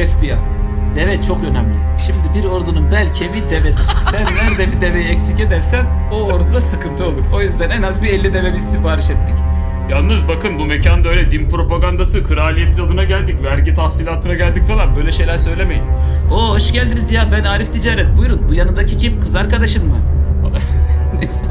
Podcast ya. Deve çok önemli. Şimdi bir ordunun bel kemiği devedir. Sen nerede bir deveyi eksik edersen o orduda sıkıntı olur. O yüzden en az bir 50 deve biz sipariş ettik. Yalnız bakın bu mekanda öyle din propagandası, kraliyet adına geldik, vergi tahsilatına geldik falan böyle şeyler söylemeyin. Oo hoş geldiniz ya, ben Arif Ticaret. Buyurun, bu yanındaki kim? Kız arkadaşın mı? Neyse.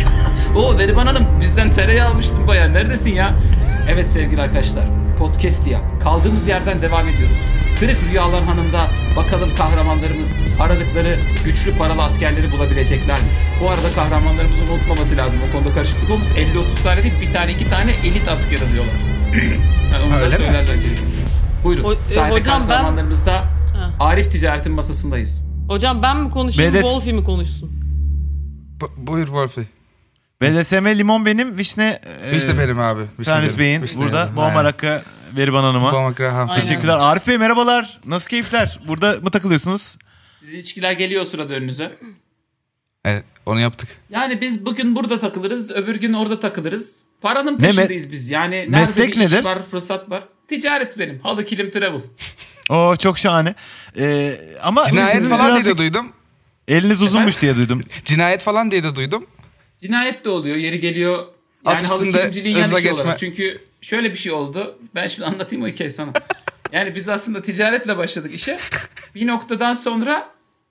Oo Veriban Hanım, bizden tereyağı almıştın bayağı. Neredesin ya? Evet sevgili arkadaşlar, Podcast ya. Kaldığımız yerden devam ediyoruz. Kırık Rüyalar Hanı'nda bakalım kahramanlarımız aradıkları güçlü paralı askerleri bulabilecekler mi? Bu arada kahramanlarımızın unutmaması lazım. O konuda karışıklık olmuş. 50-30 tane değil, bir tane 2 tane elit askeri diyorlar. Yani onu da söylerler gerekirse. Buyurun. Sahne kahramanlarımızda Arif Ticaret'in masasındayız. Hocam ben mi konuşayım, Wolfie mi konuşsun? Buyur Wolfie. BDSM limon benim, vişne benim abi. Ferniz Bey'in burada. Boğma Rakı Veriban Hanım'a. Teşekkürler. Arif Bey merhabalar. Nasıl keyifler? Burada mı takılıyorsunuz? Sizin ilişkiler geliyor sırada önünüze. Evet, onu yaptık. Yani biz bugün burada takılırız, öbür gün orada takılırız. Paranın peşindeyiz biz. Yani nerede meslek bir nedir? iş var, fırsat var. Ticaret benim. Halı kilim travel. Oo çok şahane. Ama cinayet falan diye de duydum. Eliniz uzunmuş diye duydum. Cinayet falan diye de duydum. Cinayet de oluyor, yeri geliyor. Yani halı kilimciliğin yan işi olarak. Çünkü şöyle bir şey oldu. Ben şimdi anlatayım o hikayeyi sana. Yani biz aslında ticaretle başladık işe. Bir noktadan sonra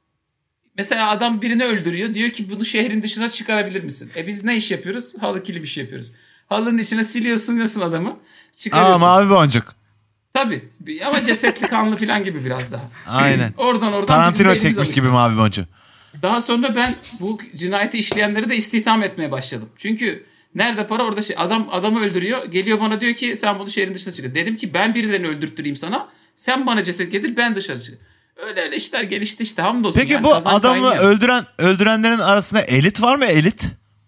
mesela adam birini öldürüyor. Diyor ki bunu şehrin dışına çıkarabilir misin? Biz ne iş yapıyoruz? Halı kilim işi yapıyoruz. Halının içine siliyorsun adamı. Çıkarıyorsun. Mavi boncuk. Tabii. Ama cesetli kanlı falan gibi biraz daha. Aynen. Oradan Tarantino çekmiş gibi mavi boncuk. Daha sonra ben bu cinayeti işleyenleri de istihdam etmeye başladım. Çünkü nerede para orada şey. Adamı öldürüyor. Geliyor bana diyor ki sen bunu şehrin dışına çıkar. Dedim ki ben birilerini öldürttüreyim sana. Sen bana ceset getir, ben dışarı çıkayım. Öyle işler gelişti işte, hamdolsun. Peki yani, bu adamı öldürenlerin arasında elit var mı, elit?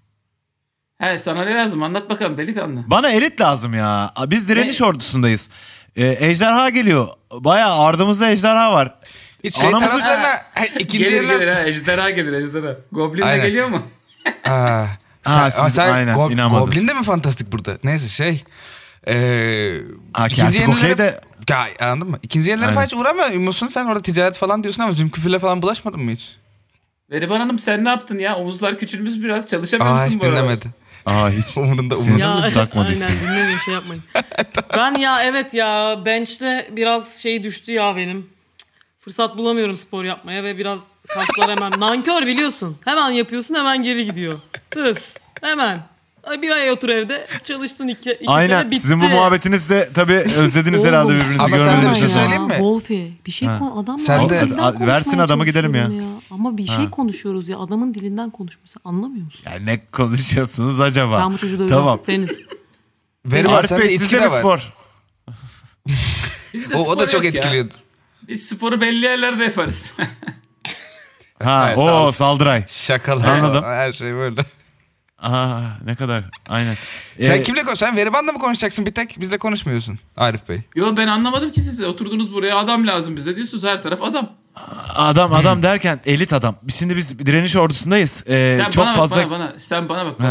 He, sana ne lazım, anlat bakalım delikanlı. Bana elit lazım ya. Biz direniş ordusundayız. Ejderha geliyor. Bayağı ardımızda ejderha var. Taraflarına gelir ha, ejderha gelir. Goblin de geliyor mu? Sen Goblin de mi fantastik burada? Neyse ikinci yenilere anladın mı? İkinci yenilere falan hiç uğramıyor musun? Sen orada ticaret falan diyorsun ama zümküfürle falan bulaşmadın mı hiç? Veriban Hanım sen ne yaptın ya? Omuzlar küçülmüş biraz, çalışamıyor musun bu arada? Dinlemedi. Hiç umurunda takmadıysa. Aynen dinlemiyor, şey yapmayın. Ben bench'te biraz düştü ya benim. Fırsat bulamıyorum spor yapmaya ve biraz kaslar hemen nankör biliyorsun. Hemen yapıyorsun, hemen geri gidiyor. Tıs hemen. Bir ay otur evde, çalıştın iki aynen. sene bitti. Sizin bu muhabbetiniz de tabii özlediniz herhalde birbirinizi görmediniz. Bir şey söyleyeyim mi? Wolfie bir şey adam sen de versin adamı giderim ya. Ama bir şey konuşuyoruz ya, adamın dilinden konuşmuyorsun, anlamıyor musun? Ya ne konuşuyorsunuz acaba? Ben bu çocuğu döveceğim. Tamam. Feniz. Arif Bey sizde mi spor? O da çok etkiliyordu. Biz sporu belli yerlerde yaparız. Saldıray. Şakalar. Anladım. Her şey böyle. Ne kadar. Aynen. Sen kimle sen Veriban'la mı konuşacaksın bir tek? Bizle konuşmuyorsun Arif Bey. Yo ben anlamadım ki sizi. Oturdunuz buraya, adam lazım bize diyorsunuz, her taraf adam. Adam derken elit adam. Şimdi biz direniş ordusundayız. Sen çok bana fazla... bak, sen bana bak.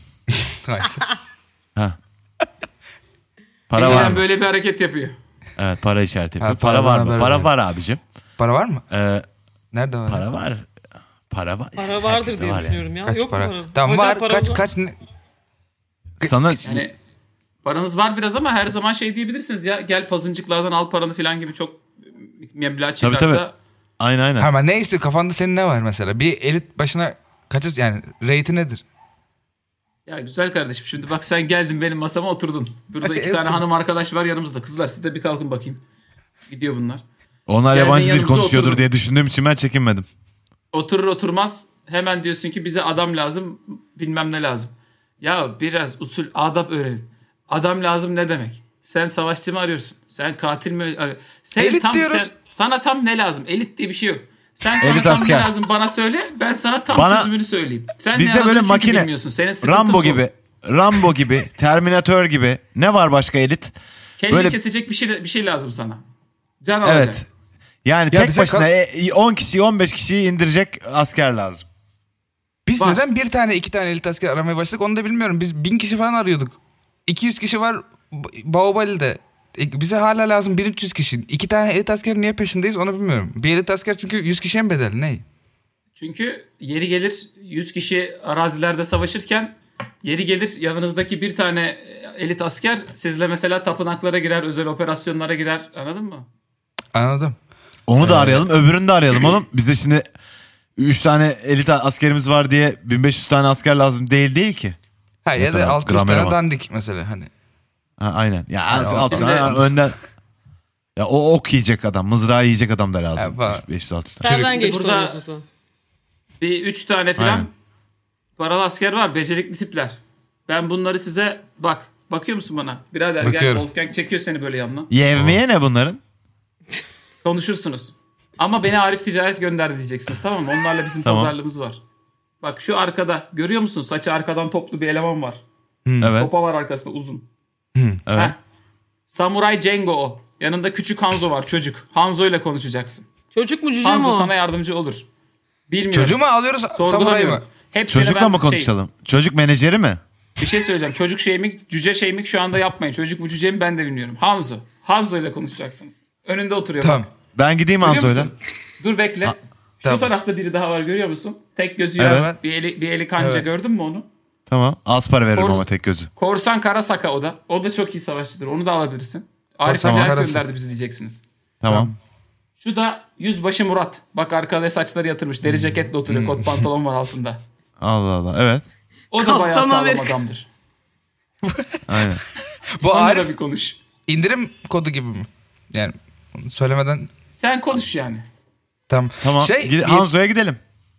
Para var mı? Böyle bir hareket yapıyor. Evet, para işareti yapıyor. Para var mı? Para var abicim. Para var mı? Nerede var? Para var. Para var. Para vardır diye düşünüyorum ya. Kaç yok para? Para? Tamam var. Kaç ne? Sana yani paranız var biraz ama her zaman diyebilirsiniz ya. Gel pazıncıklardan al paranı falan gibi çok meblağ çıkarsa. Tabii. Aynen. Ama ne istiyor? Kafanda senin ne var mesela? Bir elit başına kaç yani rate'i nedir? Ya güzel kardeşim, şimdi bak sen geldin benim masama oturdun. Burada 2 tane hanım arkadaş var yanımızda. Kızlar siz de bir kalkın bakayım. Gidiyor bunlar. Onlar yabancı dil konuşuyordur oturdum diye düşündüğüm için ben çekinmedim. Oturur oturmaz hemen diyorsun ki bize adam lazım, bilmem ne lazım. Ya biraz usul adap öğrenin. Adam lazım ne demek? Sen savaşçı mı arıyorsun? Sen katil mi arıyorsun? Sana tam ne lazım? Elit diye bir şey yok. Sen sana tam asker. Ne lazım bana söyle. Ben sana tam çözümünü söyleyeyim. Sen bize böyle makine, Rambo gibi, Terminator gibi. Ne var başka elit? Kendini böyle... kesecek bir şey lazım sana. Can alacak. Evet. Yani tek başına 10 kişiyi 15 kişiyi indirecek asker lazım. Biz neden bir tane 2 tane elit asker aramaya başladık onu da bilmiyorum. Biz 1000 kişi falan arıyorduk. 200 kişi var Baobali'de. bize hala lazım 1300 kişi. 2 tane elit asker niye peşindeyiz onu bilmiyorum. Bir elit asker çünkü 100 kişiye mi bedel ne? Çünkü yeri gelir 100 kişi arazilerde savaşırken yeri gelir yanınızdaki bir tane elit asker sizle mesela tapınaklara girer, özel operasyonlara girer. Anladın mı? Anladım. Onu da arayalım, öbürünü de arayalım oğlum. Bize şimdi 3 tane elit askerimiz var diye 1500 tane asker lazım değil ki. Ha ya da Mesela 600 gramere tane bak. dandik mesela hani. Ha, aynen. Ya Yani 600 şimdi- tane önden. Ya o ok yiyecek adam, mızrağı yiyecek adam da lazım. Ha, 500-600 tane. Nereden Şimdi geçti burada- oluyorsun sen? Bir 3 tane falan Aynen. paralı asker var. Becerikli tipler. Ben bunları size bakıyor musun bana? Birader Bakıyorum. gel Wolfgang çekiyor seni böyle yanına. Yevmiye ne bunların? Konuşursunuz. Ama beni Arif Ticaret gönderdi diyeceksiniz, tamam mı? Onlarla bizim Tamam. pazarlığımız var. Bak şu arkada görüyor musun? Saçı arkadan toplu bir eleman var. Evet. Topa var arkasında uzun. Evet. Heh. Samuray Cengo o. Yanında küçük Hanzo var, çocuk. Hanzo ile konuşacaksın. Çocuk mu cüce mi Hanzo o? sana yardımcı olur. Bilmiyorum. Çocuğu mu alıyoruz samurayı Sorgulamıyorum. mı? Hepsine Çocukla ben mı konuşalım? Çocuk menajeri mi? Bir şey söyleyeceğim. Çocuk şeymik, cüce şeymik şu anda yapmayın. Çocuk mu cüce mi ben de bilmiyorum. Hanzo. Hanzo ile konuşacaksınız. Önünde oturuyor Tamam. bak. Ben gideyim Görüyor Hanzo'yla. musun? Dur bekle. Şu tamam. tarafta biri daha var, görüyor musun? Tek gözü Evet. yok. Bir eli kanca, Evet. gördün mü onu? Tamam. Az para veririm Kor- ama tek gözü. Korsan Karasaka o da. O da çok iyi savaşçıdır. Onu da alabilirsin. Arif Korsan Ticaret Karasaka. gönderdi bizi diyeceksiniz. Tamam. Şu da Yüzbaşı Murat. Bak arkada saçları yatırmış. Deri ceketle oturuyor. Kot pantolon var altında. Allah Allah. Evet. O da Kaptan bayağı sağlam Amerika. adamdır. Aynen. Bu Onunla da Arif bir konuş. indirim kodu gibi mi? Yani bunu söylemeden Sen konuş yani. tamam. Tamam. Hanzo'ya gidelim.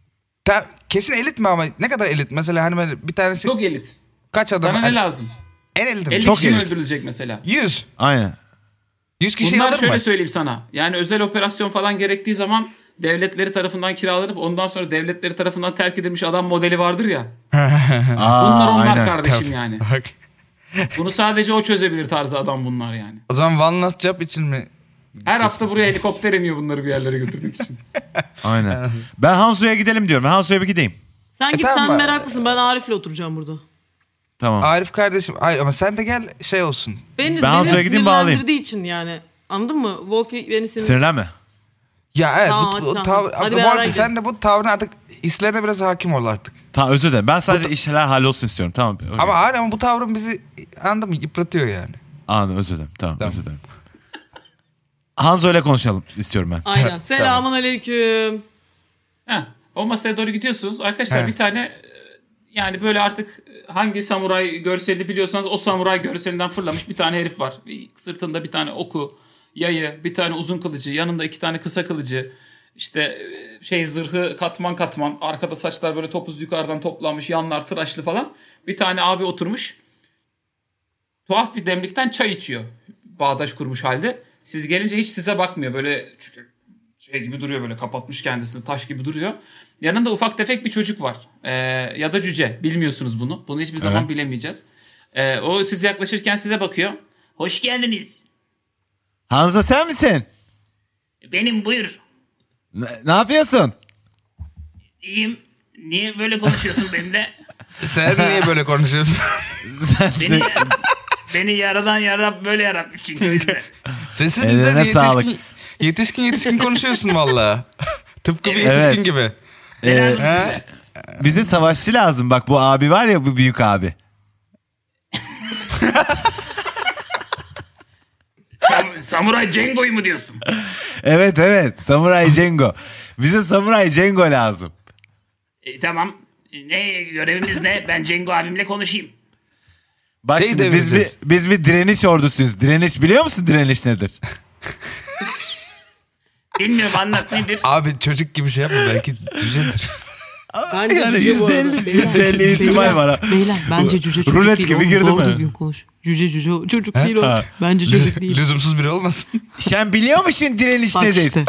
Kesin elit mi ama ne kadar elit? Mesela hani böyle bir tanesi Çok elit. kaç adam? Sana ne lazım? En elit mi? 50 Çok kişi mi elit. öldürülecek mesela? 100. Aynen. 100 kişi Bunlar alır şöyle mı? söyleyeyim sana. Yani özel operasyon falan gerektiği zaman devletleri tarafından kiralanıp ondan sonra devletleri tarafından terk edilmiş adam modeli vardır ya. Bunlar onlar aynen. kardeşim Tabii. yani. Bak. Bunu sadece o çözebilir tarzı adam bunlar yani. O zaman One Last Job için mi? Her hafta buraya helikopter iniyor bunları bir yerlere götürmek için. Aynen. Ben Hanzo'ya gidelim diyorum. Ben Hanzo'ya bir gideyim. Sen git, tamam. sen meraklısın. Ben Arif'le oturacağım burada. Tamam. Arif kardeşim. Hayır ama sen de gel şey olsun. Beni Hanzo'ya gideyim, bağlayayım. sinirlendirdiği için yani. Anladın mı? Wolfie beni Sinirlenme. Ya evet Tamam, bu tamam. tavır. Hadi Bu beraber arada gidelim. sen de bu tavrına artık hislerine biraz hakim ol artık. Tamam, özür dilerim. Ben sadece işler hallolsun istiyorum. Tamam. okey. Ama hayır ama bu tavrın bizi anladın mı yıpratıyor yani. Anladım, özür dilerim. Tamam. Özür dilerim. Hanzo'yla konuşalım istiyorum ben. Aynen. Selamun aleyküm. Heh, o masaya doğru gidiyorsunuz. Arkadaşlar He. bir tane yani böyle artık hangi samuray görselini biliyorsanız o samuray görselinden fırlamış bir tane herif var. Sırtında bir tane oku, yayı, bir tane uzun kılıcı, yanında 2 tane kısa kılıcı. İşte zırhı katman katman. Arkada saçlar böyle topuz yukarıdan toplanmış, yanlar tıraşlı falan. Bir tane abi oturmuş. Tuhaf bir demlikten çay içiyor. Bağdaş kurmuş halde. Siz gelince hiç size bakmıyor. Böyle gibi duruyor, böyle kapatmış kendisini, taş gibi duruyor. Yanında ufak tefek bir çocuk var. Ya da cüce. Bilmiyorsunuz bunu. Bunu hiçbir zaman Evet. bilemeyeceğiz. O siz yaklaşırken size bakıyor. Hoş geldiniz. Hanzo sen misin? Benim, buyur. Ne yapıyorsun? İyiyim. Niye böyle konuşuyorsun benimle? Sen niye böyle konuşuyorsun? Beni yaradan yarab böyle yaratmış çünkü o yüzden. Sesin Eline de sağlık. yetişkin konuşuyorsun valla. Tıpkı bir Evet. yetişkin gibi. Ee, bize savaşçı lazım. Bak bu abi var ya, bu büyük abi. Samuray Cengo'yu mu diyorsun? Evet. Samuray Cengo. Bize Samuray Cengo lazım. Tamam. Ne görevimiz ne? Ben Cengo abimle konuşayım. Bak Şey şimdi devireceğiz. biz bir direniş ordusuyuz. Direniş biliyor musun, direniş nedir? Bilmiyorum, anlat nedir? Abi çocuk gibi şey yapma belki cücedir. Bence Yani cüce bu arada. %50 Beyler, ihtimal var ha. Beyler bence cüce çocuk Rulet değil. gibi oğlum. girdi Doğru mi? düzgün konuş. Cüce çocuk değil o. Ha. Bence çocuk değil. Lüzumsuz biri olmasın. Sen biliyor musun direniş Bak nedir? işte.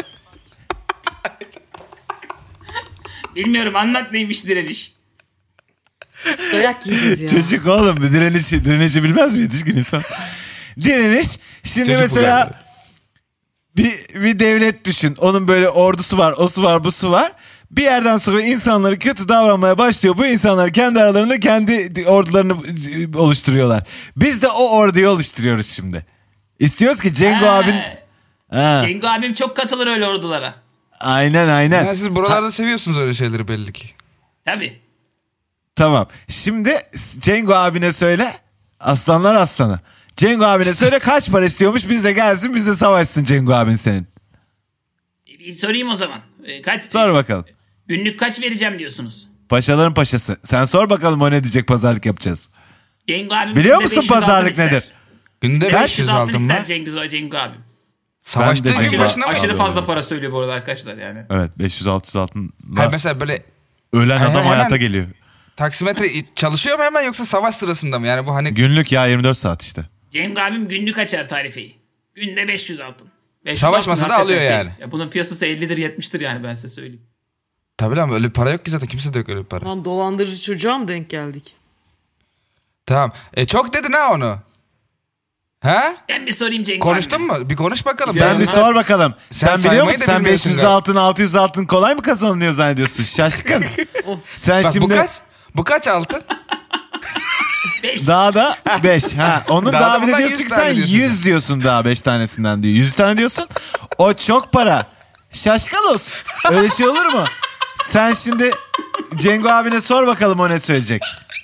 Bilmiyorum, anlat neymiş direniş. Dayak yiyeceğiz ya. Çocuk oğlum, bu direnişi bilmez mi yetişkin insan? Direniş şimdi Çocuk bu mesela galiba. bir devlet düşün. Onun böyle ordusu var, osu var, busu var. Bir yerden sonra insanları kötü davranmaya başlıyor. Bu insanlar kendi aralarında kendi ordularını oluşturuyorlar. Biz de o orduyu oluşturuyoruz şimdi. İstiyoruz ki Cengo abin... Ha, Cengo abim çok katılır öyle ordulara. aynen. Yani siz buralarda seviyorsunuz öyle şeyleri belli ki. Tabii. Tamam. Şimdi Cengo abine söyle. Aslanlar aslanı. Cengo abine söyle kaç para istiyormuş, biz de gelsin, biz de savaşsın Cengo abin senin. Bir sorayım o zaman. Kaç? Sor bakalım. Günlük kaç vereceğim diyorsunuz? Paşaların paşası. Sen sor bakalım o ne diyecek, pazarlık yapacağız. Cengo abim Biliyor günde musun 500 altın pazarlık ister. nedir? Günde 500 altın altın mı? ister Cengo abim. Savaşta Ben de gün Cengo- başına mı? Aşırı alıyorum fazla yani. para söylüyor bu arada arkadaşlar yani. Evet 500-600 altın. Hayır, mesela böyle Ölen adam hemen- hayata geliyor. taksimetre çalışıyor mu hemen yoksa savaş sırasında mı? Yani bu hani Günlük ya 24 saat işte. Cengo abim günlük açar tarifeyi. Günde 500 altın. 500 Savaş altın masada hakikaten alıyor yani. Ya bunun piyasası 50'dir 70'tir yani ben size söyleyeyim. tabii lan öyle bir para yok ki zaten, kimse de yok öyle bir para. Lan dolandırıcı çocuğa mı denk geldik? Tamam. Çok dedin ha onu. Ha? Ben bir sorayım Cengo Konuştun abime. mu? Bir konuş bakalım. Sen Ben- bir sor bakalım. Sen biliyor saymayı musun? da Sen bilmiyorsun 500 galiba. altın 600 altın kolay mı kazanılıyor zannediyorsun? Şaşkın. Sen Bak, şimdi... bu kaç? Bu kaç altın? 5. Daha da 5. Ha, onun Daha daha, da bir de bundan diyorsun 100 ki sen tane diyorsun. 100 diyorsun daha 5 tanesinden diyor. 100 tane diyorsun. O çok para. Şaşkalos. Öyle şey olur mu? Sen şimdi Cengo abine sor bakalım o ne söyleyecek.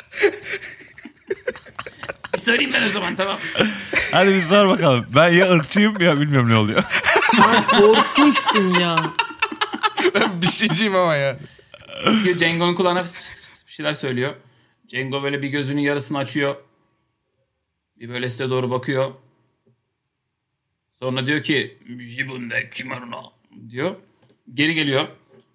Bir sorayım ben o zaman tamam. Hadi bir sor bakalım. Ben ya ırkçıyım ya bilmiyorum ne oluyor. Sen korkunçsun ya. Bir şeyciyim ama ya. Cengo'nun kulağına fıs fıs fıs bir şeyler söylüyor. Cengo böyle bir gözünün yarısını açıyor. Bir böyle size doğru bakıyor. Sonra diyor ki Jibunde kimaruna diyor. Geri geliyor.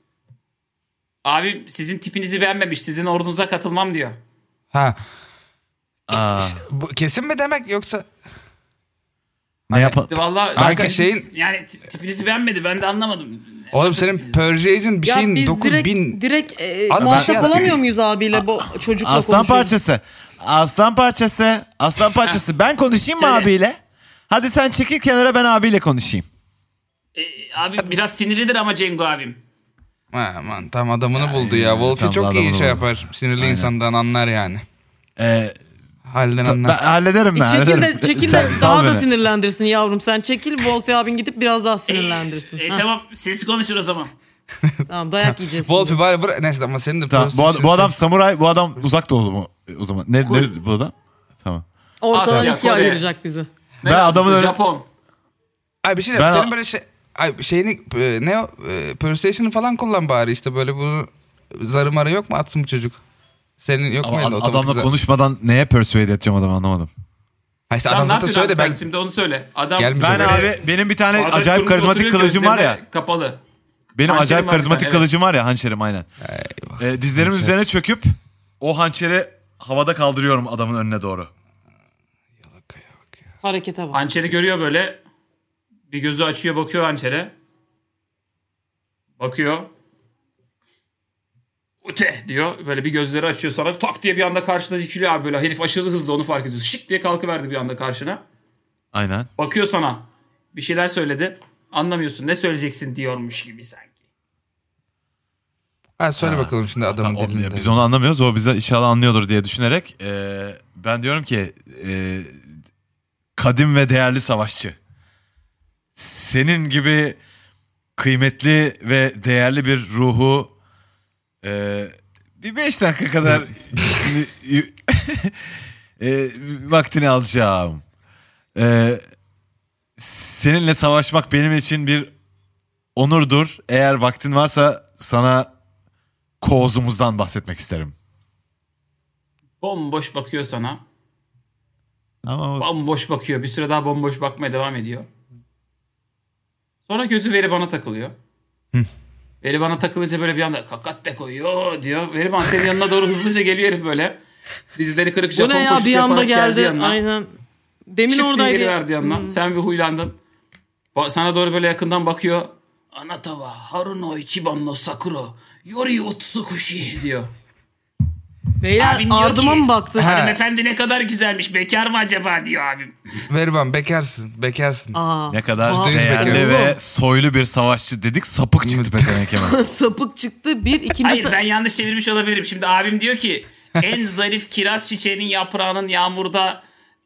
Abim sizin tipinizi beğenmemiş. Sizin ordunuza katılmam diyor. Ha. Aa, Bu kesin mi demek yoksa? ne yapalım? Vallahi Kanka şeyin... yani tipinizi beğenmedi. Ben de anlamadım. Oğlum Nasıl senin tipinizi? Persuasion bir Ya şeyin biz 9000... direkt Abi, muhatap ben şey olamıyor muyuz abiyle bu çocukla Aslan konuşuyoruz? parçası. Aslan parçası. Aslan parçası. Ben konuşayım mı Söyle. abiyle? Hadi sen çekil kenara, ben abiyle konuşayım. Abi biraz sinirlidir ama Cengo abim. Aman tam adamını buldu ya. Wolfie tam çok iyi adamını şey buldu. yapar. Sinirli Aynen. insandan anlar yani. Halden Ben anlar. hallederim ben. Çekil de, hallederim. çekil Sen de sal daha da beni. sinirlendirsin yavrum. Sen çekil, Wolfie abin gidip biraz daha sinirlendirsin. Ha, Tamam sesi konuşur o zaman. Tamam, dayak yiyeceğiz şimdi. Wolfie bari bırak. Neyse ama senin de Tamam, Persuasion bu adam samuray, bu adam uzak doğulu mu o zaman? Ne bu adam? Tamam. Ortadan Asya, ikiye Kore. ayıracak bizi. Ne Ben lazımsa adamın öyle- Japon. Ay bir şey diyeyim. Ben- Senin böyle şey... Ay şeyini... ne o? Persuasion'ı falan kullan bari işte böyle bu... Zarı marı yok mu atsın bu çocuk? Senin yok mu Ama elinde otomatik adamla zar? konuşmadan neye persuade edeceğim adamı, anlamadım. Ha işte Tamam, adam ne zaten yapıyorsun abi söyledi sen ben... şimdi onu söyle. Adam Gelmiş Ben oraya. abi benim bir tane Bağdaş acayip kurmuş karizmatik oturuyor, kılıcım var ya. gözleri Kapalı. Benim Hançerim acayip var bir karizmatik tane, kılıcım var ya, hançerim aynen. Eyvah. Dizlerimin Hançer. üzerine çöküp o hançeri havada kaldırıyorum adamın önüne doğru. Harekete bak. Hançeri görüyor böyle. Bir gözü açıyor bakıyor hançere. Bakıyor. Ute diyor. Böyle bir gözleri açıyor sana. Tak diye bir anda karşına dikiliyor abi böyle. Herif aşırı hızlı onu fark ediyorsun. Şık diye kalkıverdi bir anda karşına. Aynen. Bakıyor sana. Bir şeyler söyledi. Anlamıyorsun. Ne söyleyeceksin diyormuş gibi sanki. Ha söyle bakalım şimdi adamın Tamam, dilinde. biz onu anlamıyoruz. O bize inşallah anlıyordur diye düşünerek ben diyorum ki kadim ve değerli savaşçı. Senin gibi kıymetli ve değerli bir ruhu bir 5 dakika kadar şimdi, vaktini alacağım. Seninle savaşmak benim için bir onurdur. Eğer vaktin varsa sana kozumuzdan bahsetmek isterim. Bomboş bakıyor sana. Ama Bomboş bakıyor. Bir süre daha bomboş bakmaya devam ediyor. Sonra gözü Veriban'a takılıyor. Veriban'a takılınca böyle bir anda kakatte koyuyor diyor. Veriban senin yanına doğru hızlıca geliyor herif böyle. Dizleri kırık Bu Japon ne ya, koşusu bir anda yaparak geldi geldi. yanına. Aynen. Demin Çık diye oradaydı. geliverdi yanına. Sen bir huylandın. Sana doğru böyle yakından bakıyor. Anata wa haru no ichiban no sakuro yori utsukushi diyor. Beyler Abim diyor ardıma ki, mı baktı? hanımefendi ne kadar güzelmiş. Bekar mı acaba diyor abim. Veriban bekarsın. Bekarsın. Aa, ne kadar Aa, değerli bekliyoruz. ve soylu bir savaşçı dedik, sapık çıktı pezevenk hemen. sapık çıktı. Bir ikincisi. Hayır ben yanlış çevirmiş olabilirim. Şimdi abim diyor ki en zarif kiraz çiçeğinin yaprağının yağmurda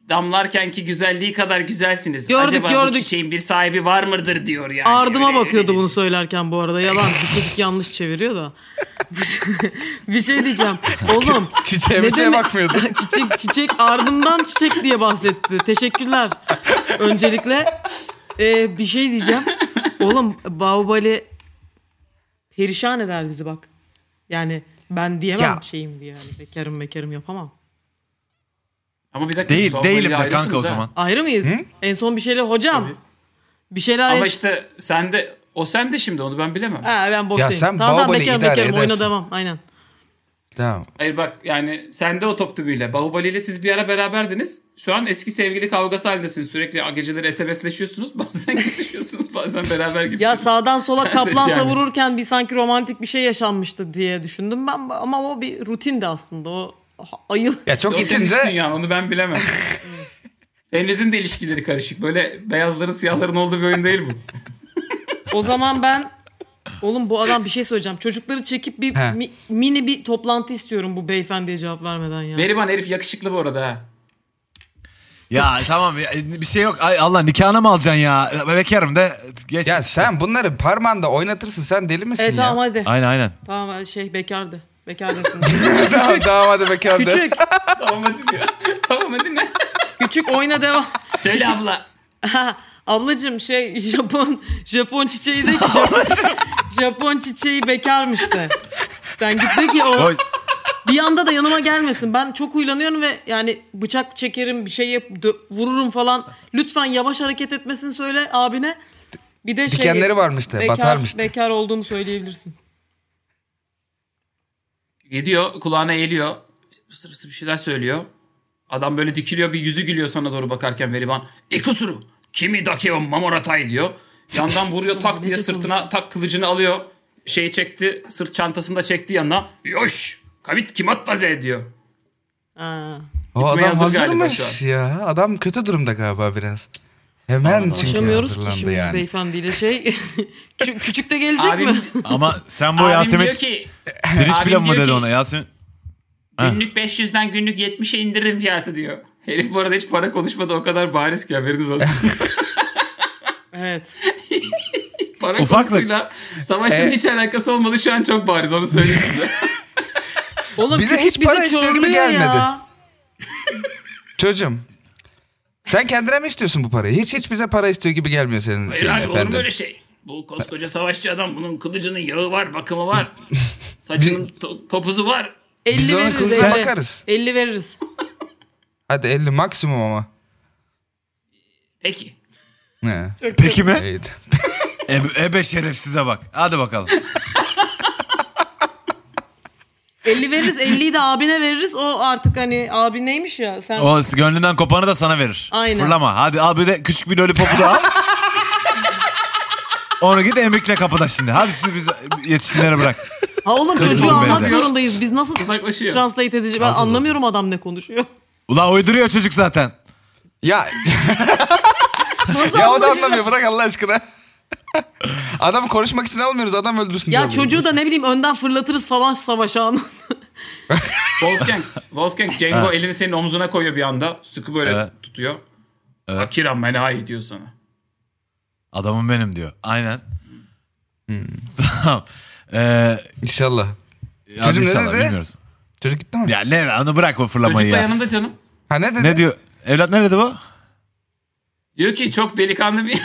damlarkenki güzelliği kadar güzelsiniz. Gördük, Acaba bu gördük. çiçeğin bir sahibi var mıdır diyor yani. Ardıma Öyle- bakıyordu öyle bunu söylerken bu arada. Yalan. Bir çocuk yanlış çeviriyor da. Bir şey diyeceğim. Oğlum. Çiçeğe ne bir şeye demek- bakmıyordu. çiçek ardımdan çiçek diye bahsetti. Teşekkürler. Öncelikle bir şey diyeceğim. Oğlum Bahubali perişan eder bizi bak. Yani ben diyemem Ya. şeyim diye yani. Bekarım yapamam. Ama bir dakika. Değil, Bahubali'yle değilim de kanka ayrısınız o ha. zaman. Ayrı mıyız? En son bir şeyler hocam. Tabii. Bir şeyler Ama işte sen de şimdi onu ben bilemem. Ha, ben boştayım. Ya sen tamam Bahubali'yi idare bekarım oyna edersin. devam aynen. Tamam. Hayır bak yani sen de o top tübüyle. Bahubali ile siz bir ara beraberdiniz. Şu an eski sevgili kavgası halindesiniz. Sürekli geceleri SMS'leşiyorsunuz. Bazen küsüşüyorsunuz, bazen beraber gibisiniz. Ya sağdan sola Sen kaplan seç yani. savururken bir sanki romantik bir şey yaşanmıştı diye düşündüm ben ama o bir rutindi aslında. O ayıl. Ya çok O senin iç içince dünyan, onu ben bilemem. Elinizin de ilişkileri karışık. Böyle beyazların siyahların olduğu bir oyun değil bu. O zaman ben oğlum bu adam bir şey söyleyeceğim. Çocukları çekip bir He. mini bir toplantı istiyorum bu beyefendiye cevap vermeden ya. Berivan herif yakışıklı bu arada ha. Ya tamam bir şey yok. Ay Allah nikahına mı alacaksın ya? Bekarım de geç. ya sen bunları parmağında oynatırsın, sen deli misin ya? Tamam hadi. Aynen. Tamam bekardı. Bekardasın. Tamam, damadı bekardı. Küçük. Tamam hadi diyor. Tamam hadi ne? Küçük oyna devam. Söyle abla. Ablacığım Japon çiçeği de ki Japon çiçeği bekarmış de. Sen git de ki o Oy. bir anda da yanıma gelmesin. Ben çok huylanıyorum ve yani bıçak çekerim bir şey vururum falan. Lütfen yavaş hareket etmesini söyle abine. Bir de Dikenleri varmış da, batarmış da. Bekar olduğumu söyleyebilirsin. Gidiyor kulağına eğiliyor. Fısır fısır bir şeyler söylüyor. Adam böyle dikiliyor, bir yüzü gülüyor sana doğru bakarken Berivan. Ikusuru kimi dake o mamoratai diyor. Yandan vuruyor tak diye sırtına tak kılıcını alıyor. Şeyi çekti, sırt çantasını da çekti yanına. Yoş kabit kimattaze diyor. Ha. O Gitmeye adam hazır galiba hazırmış ya. Adam kötü durumda galiba biraz. Hemen çünkü Konuşamıyoruz ki hazırlandı şimdi yani. beyefendiyle küçük de gelecek Abim, mi? Ama sen bu abim Yasemin diyor ki pirinç abim pilavı mı diyor dedi ki, ona Yasemin? günlük 500'den günlük 70'e indiririm fiyatı diyor. Herif bu arada hiç para konuşmadı, o kadar bariz ki haberiniz olsun. Evet. Para Ufaklık. konusuyla savaşın hiç alakası olmadı, şu an çok bariz, onu söyleyeyim size. Oğlum Bize küçük hiç para bizi istiyor gibi çorluyor gelmedi. ya. Çocuğum. Sen kendine mi istiyorsun bu parayı? Hiç bize para istiyor gibi gelmiyor senin Hayır şeyin abi, olur mu efendim. öyle şey? Bu koskoca savaşçı adam, bunun kılıcının yağı var, bakımı var. Saçının topuzu var. 50 Biz ona veririz kılıca 50. bakarız. 50 veririz. Hadi 50 maksimum ama. Peki. Ne? Peki mi? İyiydi. Ebe şerefsize bak. Hadi bakalım. 50 veririz 50'yi de abine veririz. O artık hani abi neymiş ya sen. O gönlünden kopanı da sana verir. Aynen. Fırlama. Hadi al bir de küçük bir lollipopu da al. Onu git emikle kapıda şimdi. Hadi siz biz yetişkinlere bırak. Ha oğlum Kızım çocuğu benim almak de. zorundayız. Biz nasıl Uzaklaşıyor. translate edeceğiz? Ben anlamıyorum adam ne konuşuyor. Ulan uyduruyor çocuk zaten. Ya Nasıl ya o da anlaşılıyor? anlamıyor, bırak Allah aşkına. Adamı konuşmak için almıyoruz, adam öldürsün diye Ya alıyoruz. çocuğu da ne bileyim önden fırlatırız falan savaş anı. Wolfgang Cengo elini senin omzuna koyuyor bir anda. Sıkı böyle Evet. tutuyor. Akira menai diyor sana. Adamım benim diyor. Aynen. Tamam. İnşallah. Hadi Çocuğum ne inşallah, dedi? bilmiyoruz. Çocuk gitti mi? Ya ne onu bırak o fırlamayı Çocuk da ya. yanında canım. Ha ne dedi? Ne diyor? Evlat ne dedi bu? Diyor ki çok delikanlı bir...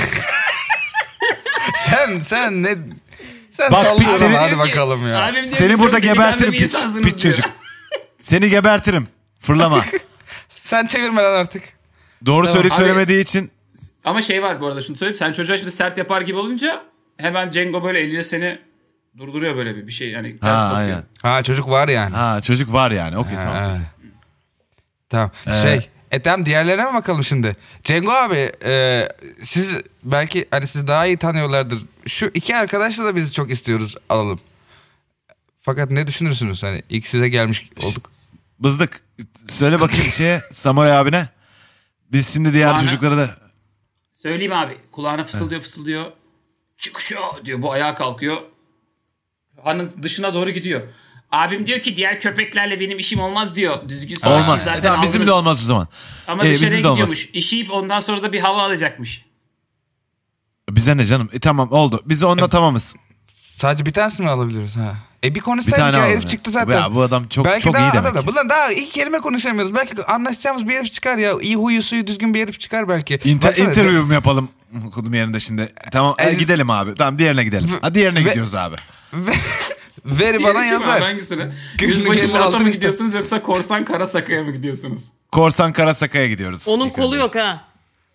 Sen ne... Sen Bak, sallıyorsun seni- hadi Diyor ki, bakalım ya. abim diyor ki, Seni çok burada delikanlı gebertirim bir piç, insansınız piç diyor. çocuk. Seni gebertirim. Fırlama. Sen çevirme lan artık. Doğru söyleyip Abi- söylemediği için Ama şey var bu arada, şunu söyleyeyim. Sen çocuğa şimdi sert yapar gibi olunca hemen Cengo böyle eliyle seni durduruyor, böyle bir şey. Yani ters ha bakıyor. aynen. Ha çocuk var yani. Ha çocuk var yani. Okey Ha, tamam. evet. Tamam. Tamam diğerlerine mi bakalım şimdi? Cengo abi siz belki hani siz daha iyi tanıyorlardır. Şu iki arkadaşla da biz çok istiyoruz alalım. Fakat ne düşünürsünüz? Hani ilk size gelmiş olduk. Bızdık. Söyle bakayım Samuray abine. Biz şimdi diğer Bana- çocuklara da... Söyleyeyim abi. Kulağına fısıldıyor. Çıkışıyor diyor. Bu ayağa kalkıyor. Hanın dışına doğru gidiyor. Abim diyor ki diğer köpeklerle benim işim olmaz diyor. Düzgün savaşı Olmaz. zaten Tamam, bizim alırız. de olmaz o zaman. Ama dışarıya bizim de olmaz. gidiyormuş. İşeyip ondan sonra da bir hava alacakmış. Bize ne canım? Tamam oldu. Biz onunla tamamız. Sadece bir tanesini mi alabiliyoruz ha? Bir Bir konuşsaydık tane ya, alalım. herif çıktı zaten. Ya bu adam çok Belki çok daha iyi demek. adada. Bunlar daha iki kelime konuşamıyoruz. Belki anlaşacağımız bir herif çıkar ya. İyi huyu suyu düzgün bir herif çıkar belki. Baksana, Interview mu yapalım okudum yerinde şimdi? Tamam gidelim abi. Tamam diğerine gidelim. Ha diğerine gidiyoruz abi. Veri bana yazar. Hangisine? Günlük Yüzbaşı 56 Murat'a mı liste. gidiyorsunuz yoksa Korsan Karasaka'ya mı gidiyorsunuz? Korsan Karasaka'ya gidiyoruz. Onun İlk kolu önce. yok ha.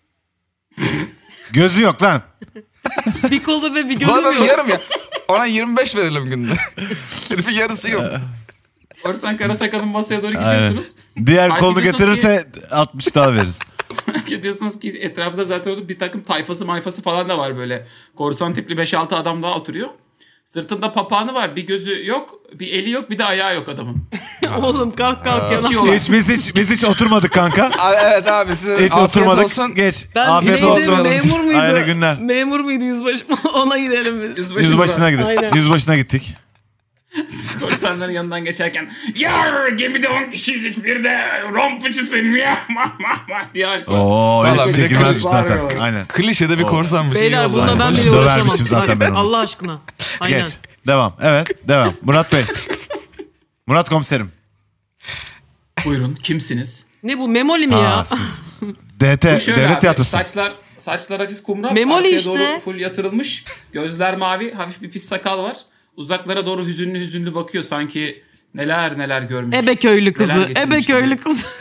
Gözü yok lan. Bir kolu ve bir Bu gözüm adam yok. yarım ya. Ona 25 verelim günde. Herifin yarısı yok. Korsan Karasaka'nın masaya doğru gidiyorsunuz. Diğer Fark kolunu ediyorsunuz getirirse 60 daha veririz. Fark ediyorsunuz ki etrafında zaten bir takım tayfası mayfası falan da var böyle. Korsan tipli 5-6 adam daha oturuyor. Sırtında papağanı var. Bir gözü yok, bir eli yok, bir de ayağı yok adamın. Oğlum kalk yana. İçiyorlar. Biz hiç oturmadık kanka. Evet abi size Hiç afiyet oturmadık. olsun. Geç. Ben Afiyet neydi, olsun. memur muydu? Hayırlı günler. Memur muydu yüzbaşı? Ona gidelim biz. Yüzbaşına Aynen. gittik. Yüzbaşına gittik. Korsanların yanından geçerken yar gemide 10 kişilik bir de rompucusun ya mah mah mah diye alkol. Oo öyle Vallahi bir de çekilmezmiş kız zaten. var ya. Aynen. Klişede bir korsanmış. iyi Beyler oldu. bunda ben bile Dövermişim uğraşamam. zaten ben onu. Allah aşkına. Aynen. Geç. Devam. Evet. Devam. Murat Bey. Murat komiserim. Buyurun kimsiniz? Ne bu memoli mi ya? Siz. DT. Bu şöyle Devlet abi, tiyatrosu. saçlar hafif kumral. Memoli arkaya işte. doğru full yatırılmış. Gözler mavi. Hafif bir pis sakal var. Uzaklara doğru hüzünlü hüzünlü bakıyor. Sanki neler neler görmüş. Ebe köylü kızı. Neler geçirmiş Ebe köylü gibi. kızı.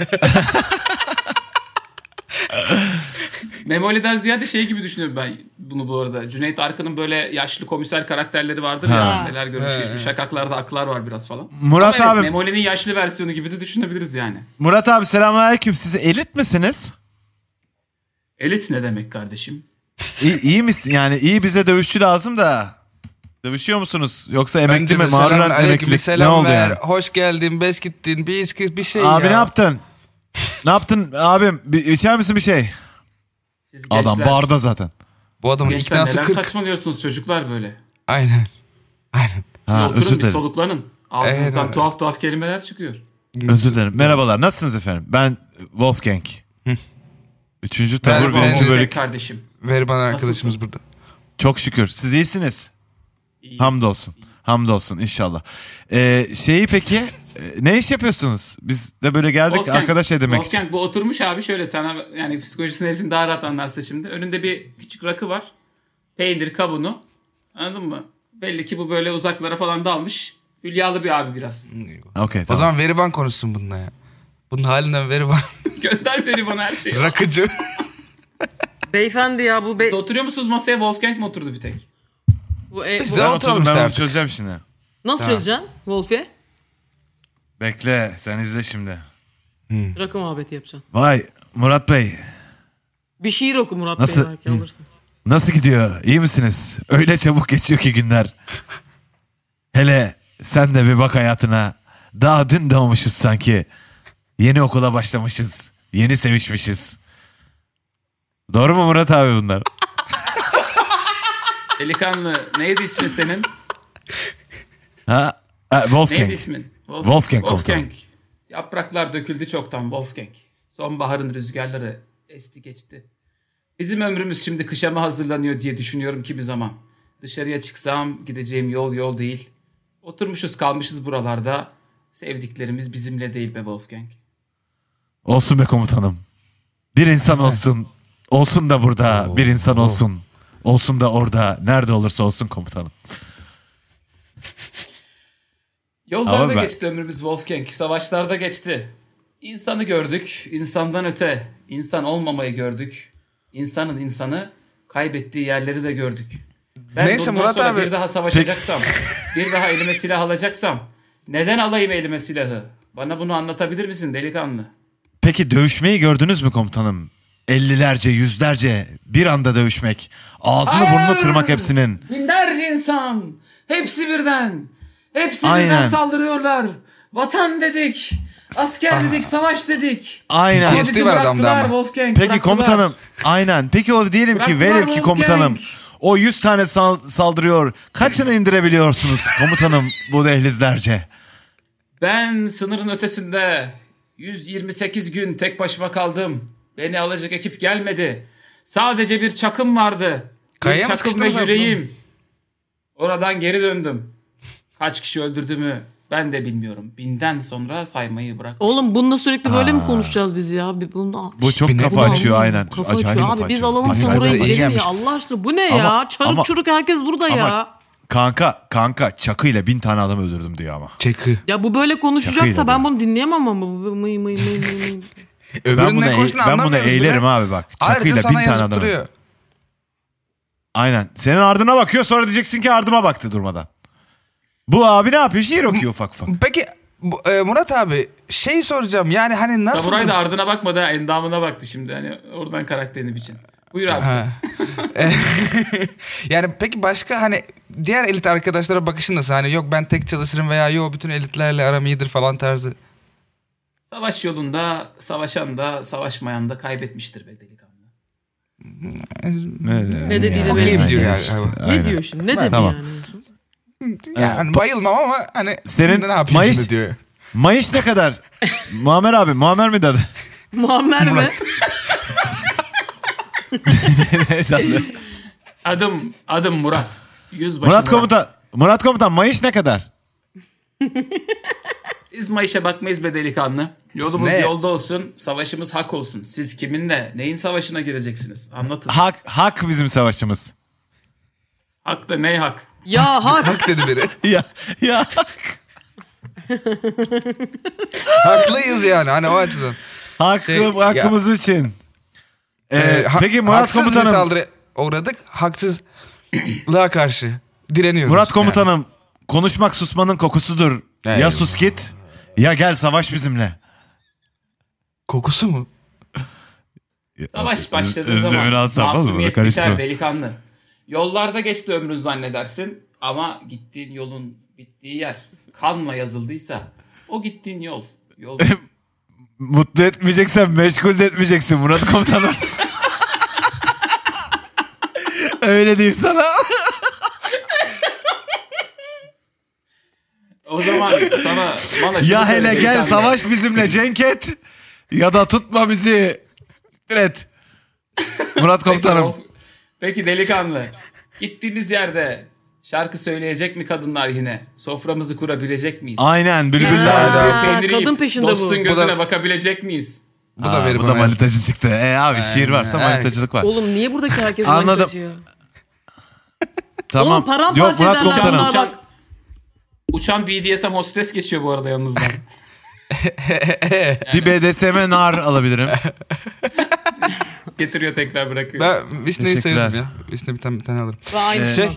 Memoli'den ziyade şey gibi düşünüyorum ben bunu bu arada. Cüneyt Arkın'ın böyle yaşlı komiser karakterleri vardır Ha. ya. Neler görmüş geçmiş. Şakaklarda aklar var biraz falan. Murat Ama evet, abi. Memoli'nin yaşlı versiyonu gibi de düşünebiliriz yani. Murat abi selamünaleyküm. Siz elit misiniz? Elit ne demek kardeşim? İyi misin? Yani iyi bize dövüşçü lazım da. Dövüşüyor musunuz? Yoksa emekli Önce mi? bir selam, Mağruren aleyküm bir emeklilik. Ne selam oldu ver. yani? Hoş geldin, beş gittin, bir içki, bir şey Abi ya. ne yaptın? Ne yaptın abim? İçer misin bir şey? Siz Adam gençler, barda zaten. Bu adamın gençler iknası neler 40. saçmalıyorsunuz çocuklar böyle. Aynen. Aynen. Ha, Oturun özür bir dilerim. soluklanın. Ağzınızdan Evet. tuhaf tuhaf kelimeler çıkıyor. Özür dilerim. Merhabalar. Nasılsınız efendim? Ben Wolfgang. Üçüncü tabur Merhaba, birinci Wolfgang. bölük. Kardeşim. Ver bana arkadaşımız Nasılsın? burada. Çok şükür. Siz iyisiniz. İyiyiz. Hamdolsun. Hamdolsun inşallah. Şeyi peki ne iş yapıyorsunuz? Biz de böyle geldik Wolfgang, arkadaş edinmek için. Wolfgang bu oturmuş abi şöyle sana yani psikolojisini herifin daha rahat anlarsa şimdi. Önünde bir küçük rakı var. Peynir, kavunu. Anladın mı? Belli ki bu böyle uzaklara falan dalmış. Hülyalı bir abi biraz. Okey O tamam. zaman Veriban konuşsun bununla ya. Bunun halinden Veriban. Gönder beri bana her şeyi. Rakıcı. Beyefendi ya bu Siz de oturuyor musunuz masaya? Wolfgang mi oturdu bir tek? Biz bu- de Ben oturalım oturdum, işte ben onu artık. çözeceğim şimdi. nasıl çözeceksin Wolfie? Bekle sen izle şimdi. Rakı muhabbeti yapacaksın. Vay Murat Bey Bir şiir oku Murat Nasıl? Bey belki alırsın. nasıl gidiyor? İyi misiniz? Öyle çabuk geçiyor ki günler. Hele sen de bir bak hayatına. Daha dün doğmuşuz sanki. Yeni okula başlamışız. Yeni sevişmişiz. Doğru mu Murat abi bunlar? Delikanlı neydi ismin senin? Ha? Neydi Wolfgang. ismin? Wolfgang komutanım. Wolfgang. Yapraklar döküldü çoktan Wolfgang. Sonbaharın rüzgarları esti geçti. Bizim ömrümüz şimdi kışa mı hazırlanıyor diye düşünüyorum kimi zaman. Dışarıya çıksam gideceğim yol değil. Oturmuşuz kalmışız buralarda. Sevdiklerimiz bizimle değil be Wolfgang. Olsun be komutanım. Bir insan olsun. Olsun da burada bir insan olsun. Olsun da orada. Nerede olursa olsun komutanım. Yollarda Ama ben- geçti ömrümüz Wolfgang. Savaşlarda geçti. İnsanı gördük. İnsandan öte. İnsan olmamayı gördük. İnsanın insanı kaybettiği yerleri de gördük. Ben Neyse bundan Murat sonra abi. bir daha savaşacaksam, bir daha elime silah alacaksam neden alayım elime silahı? Bana bunu anlatabilir misin delikanlı? Peki dövüşmeyi gördünüz mü komutanım? 50'lerce, yüzlerce bir anda dövüşmek. Ağzını burnunu kırmak hepsinin. Binlerce insan. Hepsi birden. Hepsi birden Aynen. saldırıyorlar. Vatan dedik. Asker dedik. Savaş dedik. Aynen. Ama PTSD bizi var adamda bıraktılar ama. Wolfgang. Peki bıraktılar. komutanım aynen. Peki o diyelim ki Bıraktılar velev ki Wolfgang. komutanım o 100 tane saldırıyor. Kaçını indirebiliyorsunuz komutanım bu dehlizlerce? Ben sınırın ötesinde 128 gün tek başıma kaldım. Beni alacak ekip gelmedi. Sadece bir çakım vardı. Kayaya mı Bir çakım ve sıkıştınız abi? yüreğim. Oradan geri döndüm. Kaç kişi öldürdüğümü ben de bilmiyorum. 1000'den sonra saymayı bırak. Oğlum bununla sürekli böyle mi konuşacağız biz ya? Bu çok kafa Bunu açıyor alalım. aynen. Kafa Acayip açıyor. kafa Abi biz açıyor. alalım Acayip samurayı iyi gidelim gelmiş. ya. Allah aşkına bu ne Ama- ya? Çarık ama- çuruk herkes burada ya. Kanka çakıyla 1000 tane adam öldürdüm diyor ama. Çakı. Ya bu böyle konuşacaksa Çakıyla ben diyor. bunu dinleyemem ama. Mıy mıy mıy mıy mıy. Öbürünün ne konuştuğunu ben bunu anlamıyoruz bile. eğlerim abi bak. Ayrıca Çakıyla 1000 sana tane yazıp adam. duruyor. Aynen. Senin ardına bakıyor sonra diyeceksin ki ardıma baktı durmadan. Bu abi ne yapıyor? Şiir okuyor ufak ufak. Peki Murat abi şey soracağım yani hani nasıl... Samuray da ardına bakmadı, endamına baktı şimdi. Hani oradan karakterini biçin. Buyur abi sen. Yani peki başka hani diğer elit arkadaşlara bakışın nasıl? Hani yok ben tek çalışırım veya yok bütün elitlerle aram iyidir falan tarzı. Savaş yolunda savaşan da savaşmayan da kaybetmiştir be delikanlı. Ne dediğine Okey belli. diyor işte, yani. Ne aynen. diyor şimdi? Ne dedi Tamam. yani? Yani bayılmam ama hani Senin ne yapayım Mayıs- şimdi diyor. Mayıs ne kadar? Muammer abi. Muammer mi dedi? Muammer mi? Adım Murat. Yüzbaşı Murat komutan Mayıs ne kadar? Biz Mayış'a bakmayız be delikanlı. Yolumuz Ne? yolda olsun, savaşımız hak olsun. Siz kiminle, neyin savaşına gireceksiniz? Anlatın. Hak bizim savaşçımız. Hak da ne hak? Ya hak. Hak dedi biri. ya. Haklıyız yani hani o açıdan. Hakkımız için. Peki Murat haksız bir komutanım. saldırı uğradık. Haksızlığa karşı direniyoruz. Murat komutanım konuşmak susmanın kokusudur. Ya Eyvallah. sus git ya gel savaş bizimle. Yani. Kokusu mu? Savaş başladığı Özlemini zaman alsam oğlum, masumiyet karıştırma. biter delikanlı. Yollarda geçti ömrün zannedersin ama gittiğin yolun bittiği yer kanla yazıldıysa o gittiğin yol. Mutlu etmeyeceksen meşgul de etmeyeceksin Murat komutanım. Öyle diyeyim sana. O zaman bana şunu Ya söyle hele gel delikanlı. savaş bizimle cenk et. Ya da tutma bizi. Siktir Murat komutanım. Peki delikanlı. Gittiğimiz yerde şarkı söyleyecek mi kadınlar yine? Soframızı kurabilecek miyiz? Aynen bülbüller. Ha, Peyniri kadın yiyip peşinde bu. dostun gözüne Bu da- bakabilecek miyiz? Bu da verim. Bu da manitacı çıktı. Abi şiir varsa Aynen. manitacılık var. Oğlum niye buradaki herkes Anladım. manitacı ya? Tamam. Oğlum paramparça Yok Murat ederler komutanım. bunlar bak. Uçan BDSM hostes geçiyor bu arada yanınızdan. Bir BDSM nar alabilirim. Getiriyor tekrar bırakıyor. Ben vişneyi Teşekkürler. sevdim ya. Vişne bir tane alırım. Ve aynı Şey.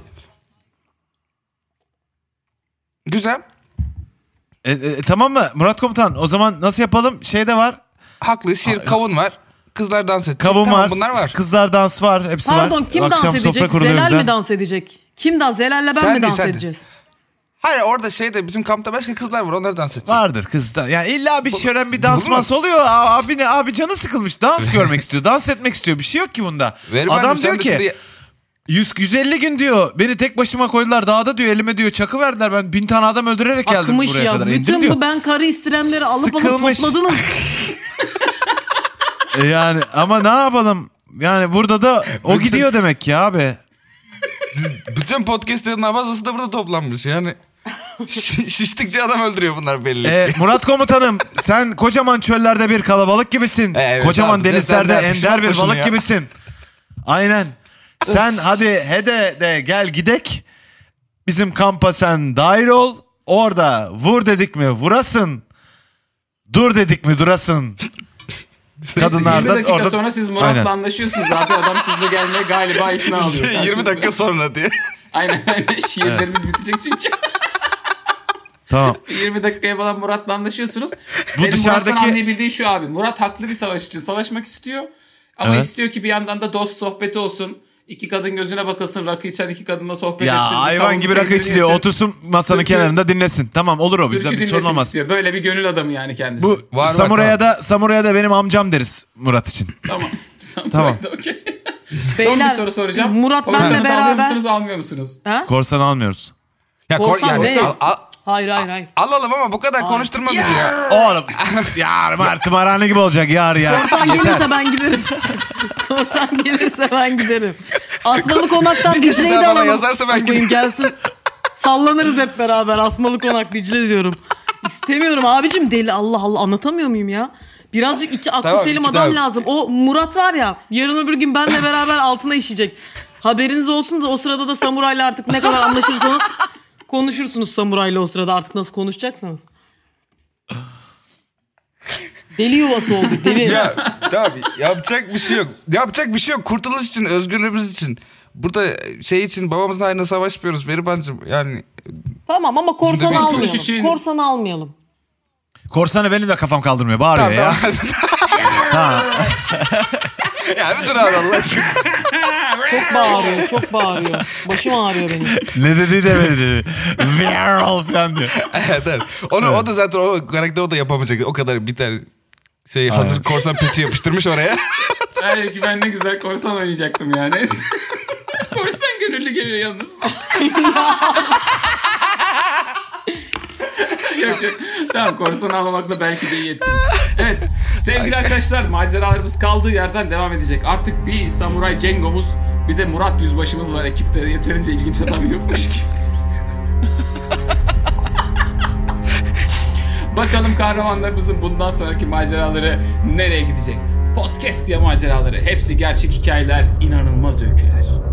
Güzel. Tamam mı Murat komutan? O zaman nasıl yapalım? Şey de var. Haklı. Şiir, kavun var. Kızlar dans edecek. Kavun Tamam, var. bunlar var. Kızlar dans var. Hepsi var. Pardon kim Akşam dans sofra edecek? kuruluyor Zelal güzel. mi dans edecek? Kim dans? Zelal'le ben Sen mi de, dans sen de. edeceğiz? Hayır orada şeyde bizim kampta başka kızlar var. Onları dans edecek. Vardır kızlar. Yani illa bir şölen bir dans Olur mu? mans oluyor. Abi canı sıkılmış. Dans görmek istiyor. Dans etmek istiyor. Bir şey yok ki bunda. Adam diyor ki 150 gün diyor. Beni tek başıma koydular. Dağda diyor elime diyor çakı verdiler. Ben 1000 tane adam öldürerek geldim Akmış buraya ya. kadar. Bütün İndim diyor. bu ben karı istiremleri alıp Sıkılmış. topladınız. Yani ama ne yapalım? Yani burada da o gidiyor demek ki abi. Bütün podcastlerin havazası da burada toplanmış. Yani şiştikçe adam öldürüyor bunlar belli. Murat komutanım sen kocaman çöllerde bir kalabalık gibisin. Evet, Kocaman abi, denizlerde sen de ender bir şunu balık ya. gibisin. Aynen. Sen hadi hede de gel gidek. Bizim kampa sen dahil ol. Orada vur dedik mi vurasın. Dur dedik mi durasın. Kadınlar 20 da dakika orada... sonra siz Murat'la Aynen. anlaşıyorsunuz abi. Adam sizle gelmeye galiba ikna oluyor. 20 dakika sonra diye. Aynen. Şiirleriniz bitecek çünkü. Tamam. 20 dakikaya falan Murat'la anlaşıyorsunuz. Bu Senin Murat'tan dışarıdaki- anlayabildiğin şu abi. Murat haklı bir savaş için savaşmak istiyor. Ama Evet. istiyor ki bir yandan da dost sohbeti olsun. İki kadın gözüne bakılsın. Rakı içen iki kadınla sohbet Ya etsin. bir hayvan kavun gibi rakı peynirini içiliyor. yesin. Otursun masanın Türkü- kenarında dinlesin. Tamam olur o bizden Türkü bir sorun dinlesin olmaz. istiyor. Böyle bir gönül adamı yani kendisi. Bu Var, Samuray'a da benim amcam deriz Murat için. Tamam. Tamam. Okey. Son Beyler, bir soru soracağım. Murat benle Komisyonu da alıyor beraber. musunuz almıyor musunuz? Ha? Korsan almıyoruz. Ya Korsan yani ne? Hayır hayır hayır. Alalım ama bu kadar konuşturma bizi ya. Oğlum yar tımarhane gibi olacak yar ya. Korsan gelirse ben giderim. Korsan gelirse ben giderim. Asmalı Konak'tan Bir kişi Dicle'yi daha de bana alalım. yazarsa ben Koyayım, gelsin. Sallanırız hep beraber. Asmalı Konak Dicle diyorum. İstemiyorum abicim, deli, Allah Allah, anlatamıyor muyum ya? Birazcık iki aklı Tamam, selim iki adam daha. lazım. O Murat var ya, yarın öbür gün benle beraber altına işeyecek. Haberiniz olsun da o sırada da Samuray'la artık ne kadar anlaşırsanız konuşursunuz Samuray'la o sırada, artık nasıl konuşacaksanız. Deli yuvası oldu, deli. Ya tamam, yapacak bir şey yok. Yapacak bir şey yok. Kurtuluş için, özgürlüğümüz için. Burada şey için babamızla aynı savaşmıyoruz Beribancığım. Yani Tamam ama korsanı Şimdi almayalım. kurtuluş için- Korsanı almayalım. Korsanı benim de kafam kaldırmıyor. Bağırıyor ya. ya bir dur abi Allah aşkına. Çok bağırıyor, çok bağırıyor. Başım ağrıyor benim. Ne dedi demedi. Viral falan diyor. Evet. O da zaten o karakter o da yapamayacak. O kadar biter. Hazır korsan peçi yapıştırmış oraya. Belki ben ne güzel korsan oynayacaktım yani. Korsan gönüllü geliyor yalnız. Yok. Tamam, korsan almamakla belki de iyi ettiniz. Evet sevgili arkadaşlar, maceralarımız kaldığı yerden devam edecek. Artık bir Samuray Cengo'muz, bir de Murat Yüzbaşımız var ekipte. Yeterince ilginç adam yokmuş gibi. Bakalım kahramanlarımızın bundan sonraki maceraları nereye gidecek? Podcast ya maceraları. Hepsi gerçek hikayeler, inanılmaz öyküler.